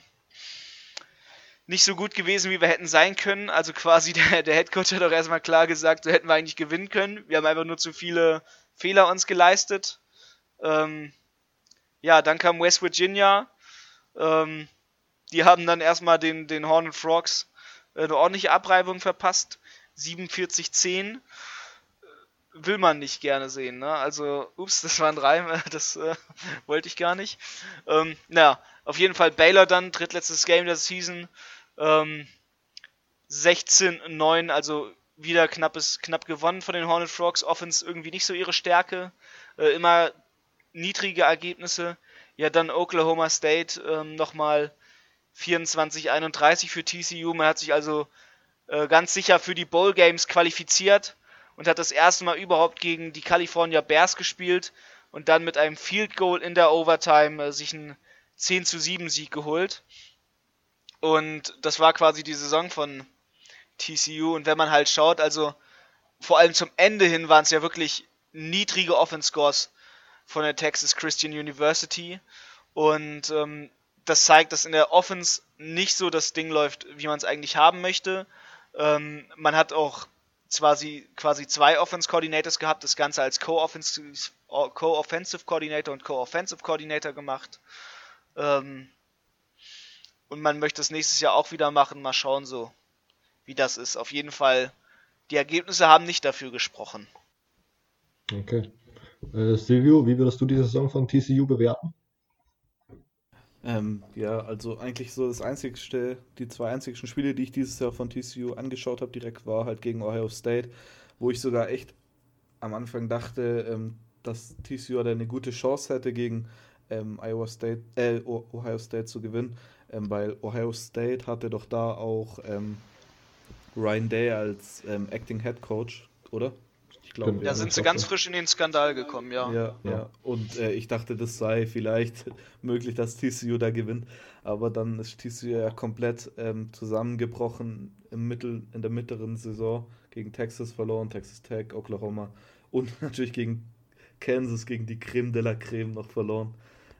nicht so gut gewesen, wie wir hätten sein können. Also quasi der Head Coach hat auch erstmal klar gesagt, so hätten wir eigentlich gewinnen können. Wir haben einfach nur zu viele Fehler uns geleistet. Ja, dann kam West Virginia. Die haben dann erstmal den Horned Frogs eine ordentliche Abreibung verpasst. 47-10. Will man nicht gerne sehen, ne? Also, ups, das war ein Reim, das wollte ich gar nicht. Naja, auf jeden Fall Baylor dann, drittletztes Game der Season. 16-9, also wieder knapp gewonnen von den Horned Frogs. Offense irgendwie nicht so ihre Stärke. Immer niedrige Ergebnisse. Ja, dann Oklahoma State nochmal 24-31 für TCU. Man hat sich also ganz sicher für die Bowl Games qualifiziert und hat das erste Mal überhaupt gegen die California Bears gespielt und dann mit einem Field Goal in der Overtime sich einen 10-7 Sieg geholt. Und das war quasi die Saison von TCU. Und wenn man halt schaut, also vor allem zum Ende hin waren es ja wirklich niedrige Offense Scores von der Texas Christian University. Und das zeigt, dass in der Offense nicht so das Ding läuft, wie man es eigentlich haben möchte. Man hat auch quasi zwei Offense Coordinators gehabt, das Ganze als Co-Offensive Coordinator und Co-Offensive Coordinator gemacht. Und man möchte es nächstes Jahr auch wieder machen. Mal schauen so, wie das ist. Auf jeden Fall, die Ergebnisse haben nicht dafür gesprochen. Okay. Silvio, wie würdest du die Saison von TCU bewerten? Ja, also eigentlich so die zwei einzigsten Spiele, die ich dieses Jahr von TCU angeschaut habe, direkt war halt gegen Ohio State, wo ich sogar echt am Anfang dachte, dass TCU da eine gute Chance hätte, gegen Ohio State zu gewinnen, weil Ohio State hatte doch da auch Ryan Day als Acting Head Coach, oder? Ich glaube, Da sind sie ganz frisch in den Skandal gekommen, ja. Ja. Und ich dachte, das sei vielleicht möglich, dass TCU da gewinnt. Aber dann ist TCU ja komplett zusammengebrochen in der mittleren Saison gegen Texas verloren, Texas Tech, Oklahoma und natürlich gegen Kansas, gegen die Creme de la Creme noch verloren.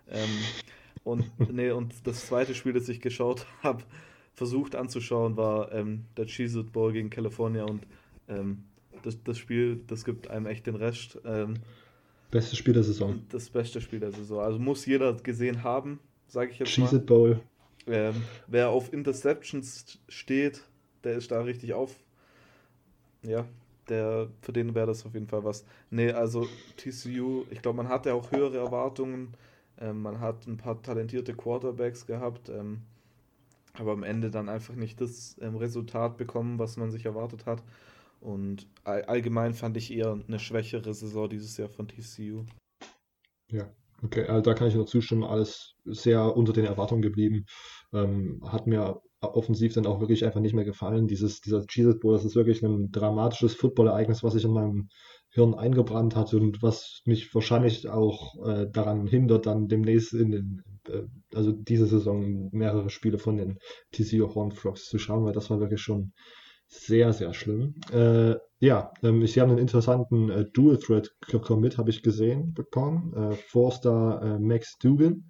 Und das zweite Spiel, das ich geschaut habe, versucht anzuschauen, war der Cheez-It Bowl gegen California und das Spiel, das gibt einem echt den Rest. Bestes Spiel der Saison. Das beste Spiel der Saison. Also muss jeder gesehen haben, sage ich jetzt mal. Cheez-It Bowl. Wer auf Interceptions steht, der ist da richtig auf. Ja, für den wäre das auf jeden Fall was. Nee, also TCU, ich glaube, man hatte auch höhere Erwartungen. Man hat ein paar talentierte Quarterbacks gehabt, aber am Ende dann einfach nicht das Resultat bekommen, was man sich erwartet hat. Und allgemein fand ich eher eine schwächere Saison dieses Jahr von TCU. Ja, okay, also da kann ich nur zustimmen, alles sehr unter den Erwartungen geblieben. Hat mir offensiv dann auch wirklich einfach nicht mehr gefallen. Dieser Cheez-It Bowl, das ist wirklich ein dramatisches Football-Ereignis, was sich in meinem Hirn eingebrannt hat und was mich wahrscheinlich auch daran hindert, dann demnächst also diese Saison mehrere Spiele von den TCU Horned Frogs zu schauen, weil das war wirklich schon sehr, sehr schlimm. Sie haben einen interessanten Dual-Threat-Commit, habe ich bekommen. Four-Star Max Duggan.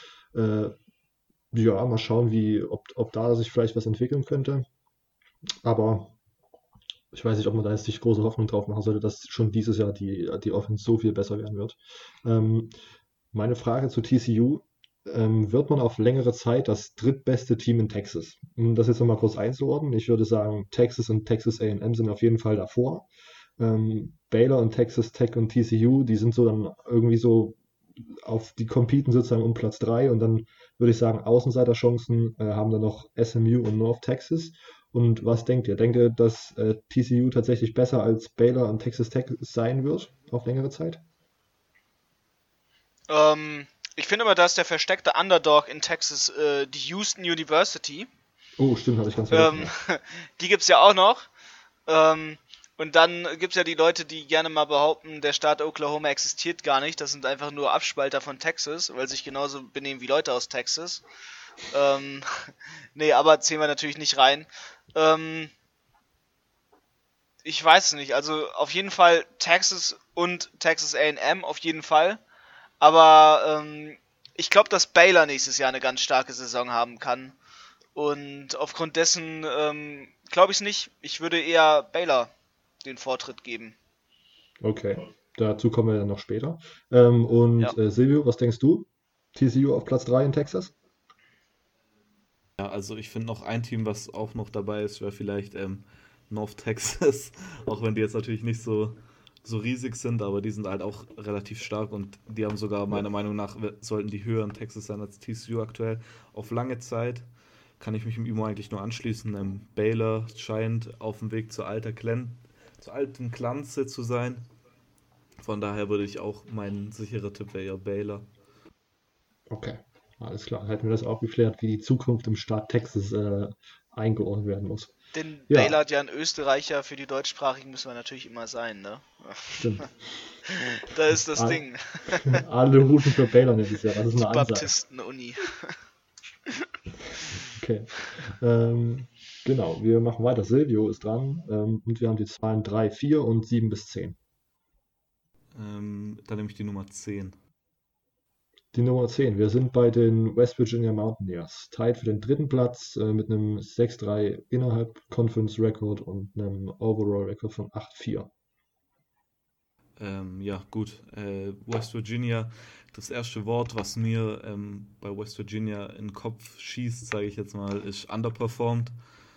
Mal schauen, ob da sich vielleicht was entwickeln könnte. Aber ich weiß nicht, ob man da jetzt nicht große Hoffnung drauf machen sollte, dass schon dieses Jahr die Offense so viel besser werden wird. Meine Frage zu TCU: Wird man auf längere Zeit das drittbeste Team in Texas? Um das jetzt nochmal kurz einzuordnen, ich würde sagen, Texas und Texas A&M sind auf jeden Fall davor. Baylor und Texas Tech und TCU, die sind so dann irgendwie so die competen sozusagen um Platz 3 und dann würde ich sagen, Außenseiterchancen haben dann noch SMU und North Texas. Und was denkt ihr? Denkt ihr, dass TCU tatsächlich besser als Baylor und Texas Tech sein wird auf längere Zeit? Ich finde aber, dass der versteckte Underdog in Texas die Houston University. Oh, stimmt, hatte ich ganz vergessen. Die gibt's ja auch noch. Und dann gibt's ja die Leute, die gerne mal behaupten, der Staat Oklahoma existiert gar nicht. Das sind einfach nur Abspalter von Texas, weil sie sich genauso benehmen wie Leute aus Texas. Nee, aber zählen wir natürlich nicht rein. Ich weiß es nicht. Also auf jeden Fall Texas und Texas A&M auf jeden Fall. Aber ich glaube, dass Baylor nächstes Jahr eine ganz starke Saison haben kann. Und aufgrund dessen glaube ich es nicht. Ich würde eher Baylor den Vortritt geben. Okay, dazu kommen wir dann noch später. Ja. Silvio, was denkst du? TCU auf Platz 3 in Texas? Ja, also ich finde noch ein Team, was auch noch dabei ist, wäre vielleicht North Texas, auch wenn die jetzt natürlich nicht so riesig sind, aber die sind halt auch relativ stark und die haben sogar Ja. meiner Meinung nach, sollten die höher in Texas sein als TCU aktuell. Auf lange Zeit kann ich mich im Imo eigentlich nur anschließen. Baylor scheint auf dem Weg zur alten Glanze zu sein. Von daher würde ich auch, mein sicherer Tipp wäre ja Baylor. Okay, alles klar. Hätten wir das auch geklärt, wie die Zukunft im Staat Texas eingeordnet werden muss. Denn Baylor Ja, hat ja einen Österreicher, für die Deutschsprachigen müssen wir natürlich immer sein, ne? stimmt. Da ist das All, Ding. alle rufen für Baylor nächstes Jahr. Das ist Die eine Ansage. Baptisten-Uni. Okay. Genau, wir machen weiter. Silvio ist dran. Und wir haben die Zahlen 3, 4 und 7 bis 10. Dann nehme ich die Nummer 10. Die Nummer 10. Wir sind bei den West Virginia Mountaineers. Tied für den dritten Platz mit einem 6-3 innerhalb Conference Record und einem Overall Record von 8-4. Ja, gut. West Virginia, das erste Wort, was mir bei West Virginia in den Kopf schießt, sage ich jetzt mal, ist underperformed.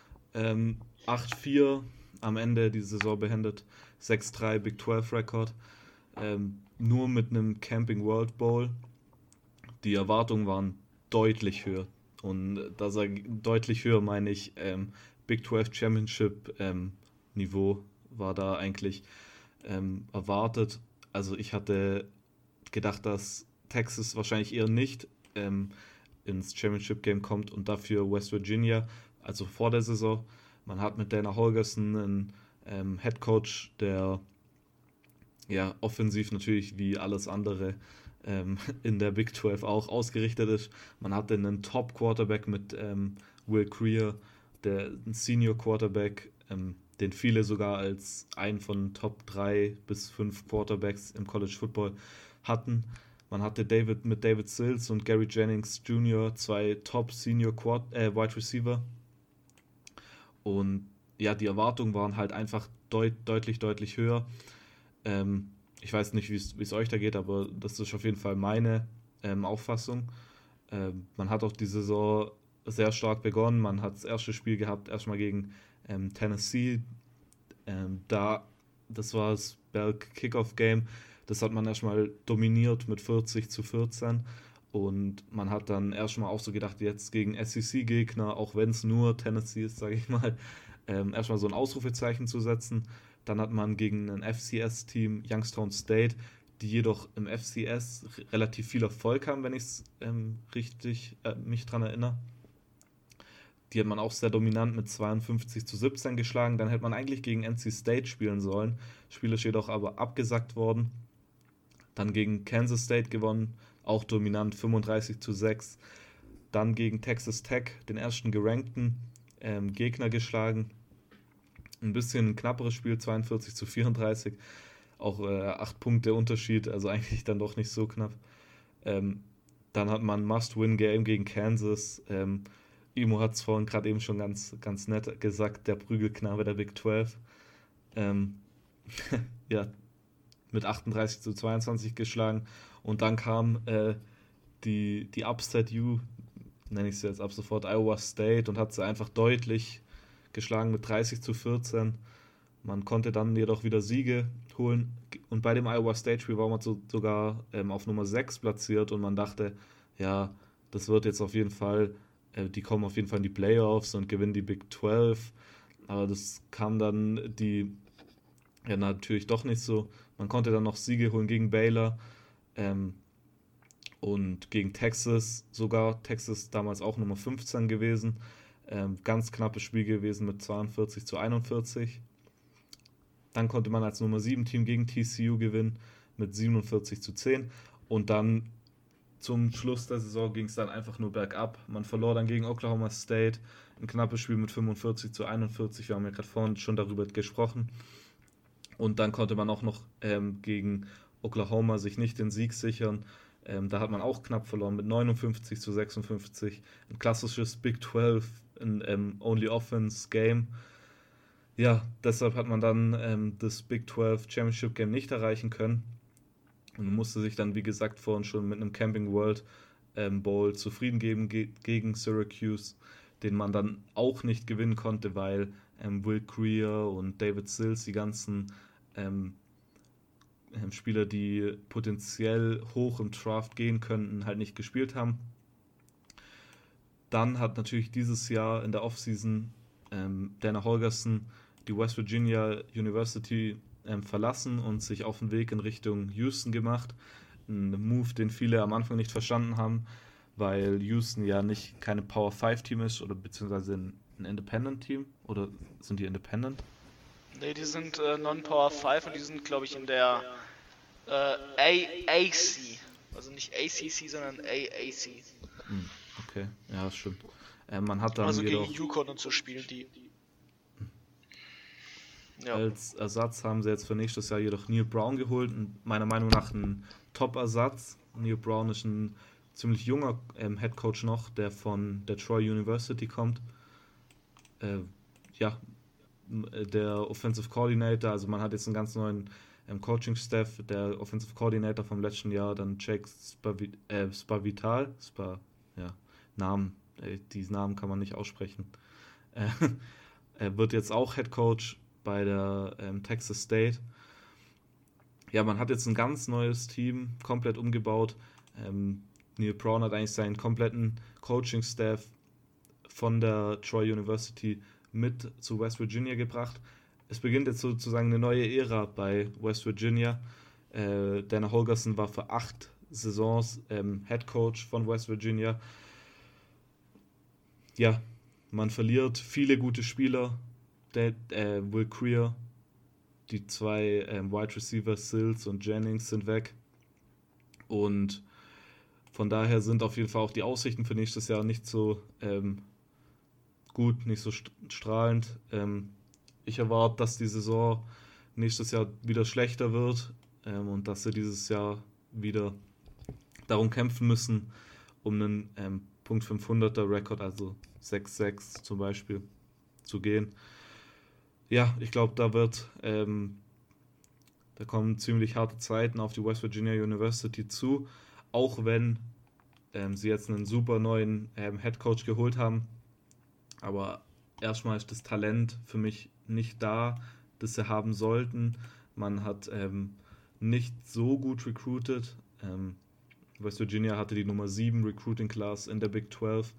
8-4 am Ende die Saison beendet, 6-3 Big 12 Record, nur mit einem Camping World Bowl. Die Erwartungen waren deutlich höher. Und da sage ich deutlich höher, meine ich, Big 12 Championship Niveau war da eigentlich erwartet. Also ich hatte gedacht, dass Texas wahrscheinlich eher nicht ins Championship Game kommt und dafür West Virginia, also vor der Saison. Man hat mit Dana Holgerson einen Head Coach, der ja offensiv natürlich wie alles andere in der Big 12 auch ausgerichtet ist. Man hatte einen Top Quarterback mit Will Grier, der ein Senior Quarterback, den viele sogar als einen von Top 3 bis 5 Quarterbacks im College Football hatten. Man hatte mit David Sills und Gary Jennings Jr. zwei Top Senior Wide Receiver. Und ja, die Erwartungen waren halt einfach deutlich höher. Ich weiß nicht, wie es euch da geht, aber das ist auf jeden Fall meine Auffassung. Man hat auch die Saison sehr stark begonnen. Man hat das erste Spiel gehabt, erstmal gegen Tennessee. Das war das Belk Kickoff Game. Das hat man erstmal dominiert mit 40-14. Und man hat dann erstmal auch so gedacht, jetzt gegen SEC-Gegner, auch wenn es nur Tennessee ist, sage ich mal, erstmal so ein Ausrufezeichen zu setzen. Dann hat man gegen ein FCS-Team, Youngstown State, die jedoch im FCS relativ viel Erfolg haben, wenn ich es richtig mich dran erinnere. Die hat man auch sehr dominant mit 52-17 geschlagen. Dann hätte man eigentlich gegen NC State spielen sollen. Spiel ist jedoch aber abgesagt worden. Dann gegen Kansas State gewonnen, auch dominant 35-6. Dann gegen Texas Tech, den ersten gerankten Gegner geschlagen. Ein bisschen ein knapperes Spiel, 42-34. Auch 8 Punkte Unterschied, also eigentlich dann doch nicht so knapp. Dann hat man Must-Win-Game gegen Kansas. Imo hat es vorhin gerade eben schon ganz nett gesagt, der Prügelknabe der Big 12. Ja, mit 38-22 geschlagen. Und dann kam die Upset U, nenne ich sie jetzt ab sofort, Iowa State, und hat sie einfach deutlich geschlagen mit 30-14. Man konnte dann jedoch wieder Siege holen. Und bei dem Iowa State Spiel war man sogar auf Nummer 6 platziert und man dachte, ja, das wird jetzt auf jeden Fall, die kommen auf jeden Fall in die Playoffs und gewinnen die Big 12. Aber das kam dann ja, natürlich doch nicht so. Man konnte dann noch Siege holen gegen Baylor und gegen Texas sogar. Texas damals auch Nummer 15 gewesen. Ganz knappes Spiel gewesen mit 42-41. Dann konnte man als Nummer 7 Team gegen TCU gewinnen mit 47-10. Und dann zum Schluss der Saison ging es dann einfach nur bergab. Man verlor dann gegen Oklahoma State ein knappes Spiel mit 45-41. Wir haben ja gerade vorhin schon darüber gesprochen. Und dann konnte man auch noch gegen Oklahoma sich nicht den Sieg sichern. Da hat man auch knapp verloren mit 59-56. Ein klassisches Big 12 Only Offense Game. Ja, deshalb hat man dann das Big 12 Championship Game nicht erreichen können und musste sich dann, wie gesagt, vorhin schon mit einem Camping World Bowl zufrieden geben gegen Syracuse, den man dann auch nicht gewinnen konnte, weil Will Grier und David Sills, die ganzen Spieler, die potenziell hoch im Draft gehen könnten, halt nicht gespielt haben. Dann hat natürlich dieses Jahr in der Offseason Dana Holgorsen die West Virginia University verlassen und sich auf den Weg in Richtung Houston gemacht. Ein Move, den viele am Anfang nicht verstanden haben, weil Houston ja keine Power 5 Team ist oder beziehungsweise ein Independent Team. Oder sind die Independent? Ne, die sind Non-Power 5 und die sind, glaube ich, in der AAC. Also nicht ACC, sondern AAC. Okay, ja, das stimmt. Man hat dann also jedoch gegen Yukon und so spielen die. Ja. Als Ersatz haben sie jetzt für nächstes Jahr jedoch Neil Brown geholt. Meiner Meinung nach ein Top-Ersatz. Neil Brown ist ein ziemlich junger Headcoach noch, der von der Troy University kommt. Der Offensive Coordinator, also man hat jetzt einen ganz neuen Coaching-Staff. Der Offensive Coordinator vom letzten Jahr, dann Jake Spavital. Diese Namen kann man nicht aussprechen. Er wird jetzt auch Headcoach bei der Texas State. Ja, man hat jetzt ein ganz neues Team, komplett umgebaut. Neil Brown hat eigentlich seinen kompletten Coaching-Staff von der Troy University mit zu West Virginia gebracht. Es beginnt jetzt sozusagen eine neue Ära bei West Virginia. Dana Holgorsen war für 8 Saisons Headcoach von West Virginia. Ja, man verliert viele gute Spieler. Will Grier, die 2 Wide Receiver Sills und Jennings sind weg. Und von daher sind auf jeden Fall auch die Aussichten für nächstes Jahr nicht so gut, nicht so strahlend. Ich erwarte, dass die Saison nächstes Jahr wieder schlechter wird und dass sie dieses Jahr wieder darum kämpfen müssen, um einen .500er Rekord, also 6-6 zum Beispiel, zu gehen. Ja, ich glaube, da kommen ziemlich harte Zeiten auf die West Virginia University zu, auch wenn sie jetzt einen super neuen Headcoach geholt haben. Aber erstmal ist das Talent für mich nicht da, das sie haben sollten. Man hat nicht so gut recruited. West Virginia hatte die Nummer 7 Recruiting Class in der Big 12.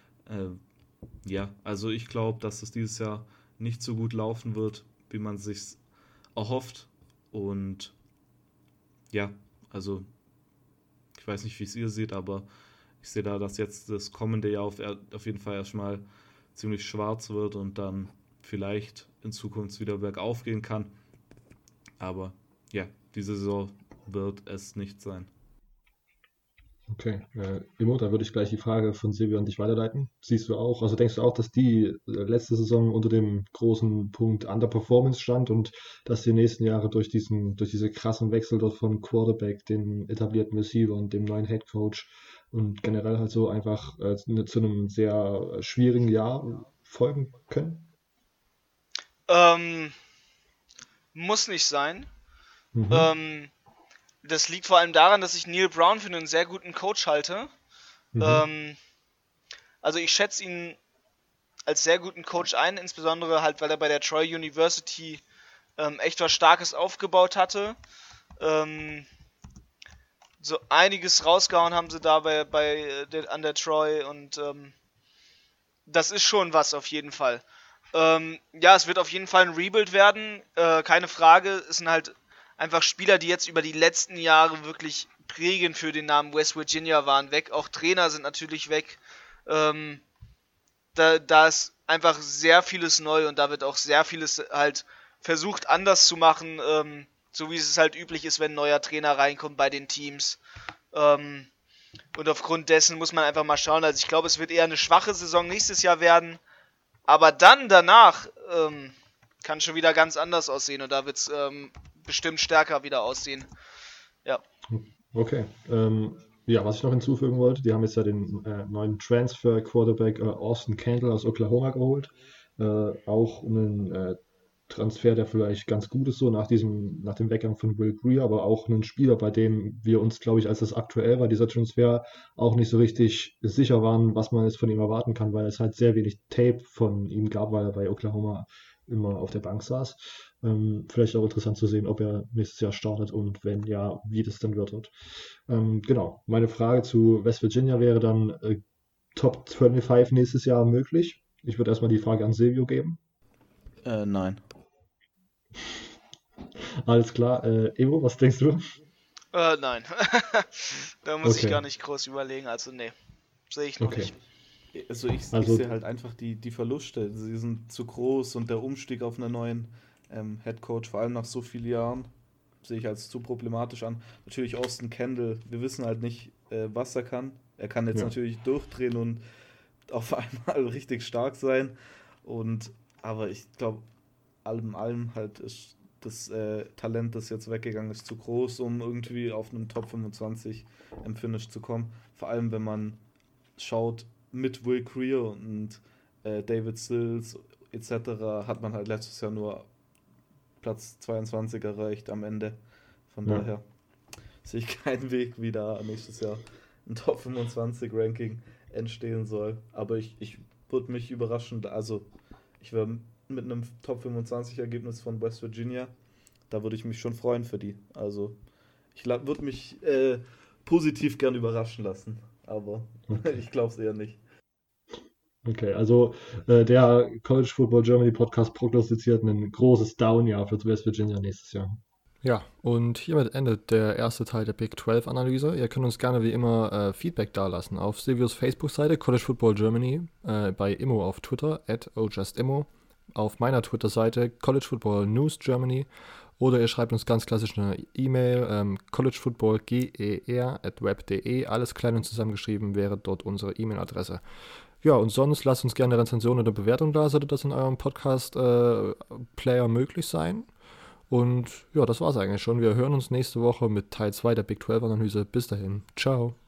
Also ich glaube, dass es dieses Jahr nicht so gut laufen wird, wie man sich erhofft. Und ja, also ich weiß nicht, wie es ihr seht, aber ich sehe da, dass jetzt das kommende Jahr auf jeden Fall erstmal ziemlich schwarz wird und dann vielleicht in Zukunft wieder bergauf gehen kann. Aber ja, diese Saison wird es nicht sein. Okay, Immo, da würde ich gleich die Frage von Silvia an dich weiterleiten. Siehst du auch, also denkst du auch, dass die letzte Saison unter dem großen Punkt Underperformance stand und dass die nächsten Jahre durch diese krassen Wechsel dort von Quarterback, dem etablierten Receiver und dem neuen Headcoach und generell halt so einfach zu einem sehr schwierigen Jahr folgen können? Muss nicht sein. Das liegt vor allem daran, dass ich Neil Brown für einen sehr guten Coach halte. Also ich schätze ihn als sehr guten Coach ein, insbesondere halt, weil er bei der Troy University echt was Starkes aufgebaut hatte. So einiges rausgehauen haben sie da an der Troy und das ist schon was auf jeden Fall. Es wird auf jeden Fall ein Rebuild werden, keine Frage. Es sind halt einfach Spieler, die jetzt über die letzten Jahre wirklich prägend für den Namen West Virginia waren, weg. Auch Trainer sind natürlich weg. da ist einfach sehr vieles neu und da wird auch sehr vieles halt versucht anders zu machen, so wie es halt üblich ist, wenn ein neuer Trainer reinkommt bei den Teams. Und aufgrund dessen muss man einfach mal schauen. Also ich glaube, es wird eher eine schwache Saison nächstes Jahr werden, aber dann danach kann schon wieder ganz anders aussehen und da wird es bestimmt stärker wieder aussehen. Ja. Okay. Ja, was ich noch hinzufügen wollte, die haben jetzt ja den neuen Transfer-Quarterback Austin Kendall aus Oklahoma geholt. Auch einen Transfer, der vielleicht ganz gut ist, so nach dem Weggang von Will Grier, aber auch einen Spieler, bei dem wir uns, glaube ich, als das aktuell war, dieser Transfer, auch nicht so richtig sicher waren, was man jetzt von ihm erwarten kann, weil es halt sehr wenig Tape von ihm gab, weil er bei Oklahoma immer auf der Bank saß. Vielleicht auch interessant zu sehen, ob er nächstes Jahr startet und wenn ja, wie das dann wird. Genau, meine Frage zu West Virginia wäre dann Top 25 nächstes Jahr möglich? Ich würde erstmal die Frage an Silvio geben. Nein. Alles klar. Evo, was denkst du? Nein. Da muss ich Okay. gar nicht groß überlegen. Also nee, sehe ich noch Okay. nicht. Also ich Also, sehe halt einfach die Verluste. Sie sind zu groß und der Umstieg auf einen neuen Head Coach, vor allem nach so vielen Jahren, sehe ich als zu problematisch an. Natürlich Austin Kendall, wir wissen halt nicht, was er kann. Er kann jetzt ja. natürlich durchdrehen und auf einmal richtig stark sein. Aber ich glaube, allem halt ist das Talent, das jetzt weggegangen ist, zu groß, um irgendwie auf einen Top 25 im Finish zu kommen. Vor allem, wenn man schaut, mit Will Grier und David Sills etc. hat man halt letztes Jahr nur Platz 22 erreicht am Ende. Von Ja. daher sehe ich keinen Weg, wie da nächstes Jahr ein Top 25 Ranking entstehen soll. Aber ich würde mich überraschen, also ich wäre mit einem Top 25 Ergebnis von West Virginia, da würde ich mich schon freuen für die. Also ich würde mich positiv gern überraschen lassen, aber ich glaube es eher nicht. Okay, also der College Football Germany Podcast prognostiziert ein großes Down-Jahr für West Virginia nächstes Jahr. Ja, und hiermit endet der erste Teil der Big 12 Analyse. Ihr könnt uns gerne wie immer Feedback dalassen auf Silvios Facebook-Seite College Football Germany, bei Immo auf Twitter @ojustimmo, auf meiner Twitter-Seite College Football News Germany oder ihr schreibt uns ganz klassisch eine E-Mail, collegefootballger@web.de, alles klein und zusammengeschrieben wäre dort unsere E-Mail-Adresse. Ja, und sonst lasst uns gerne eine Rezension oder Bewertung da, sollte das in eurem Podcast-Player möglich sein. Und ja, das war's eigentlich schon. Wir hören uns nächste Woche mit Teil 2 der Big 12 Analyse. Bis dahin. Ciao.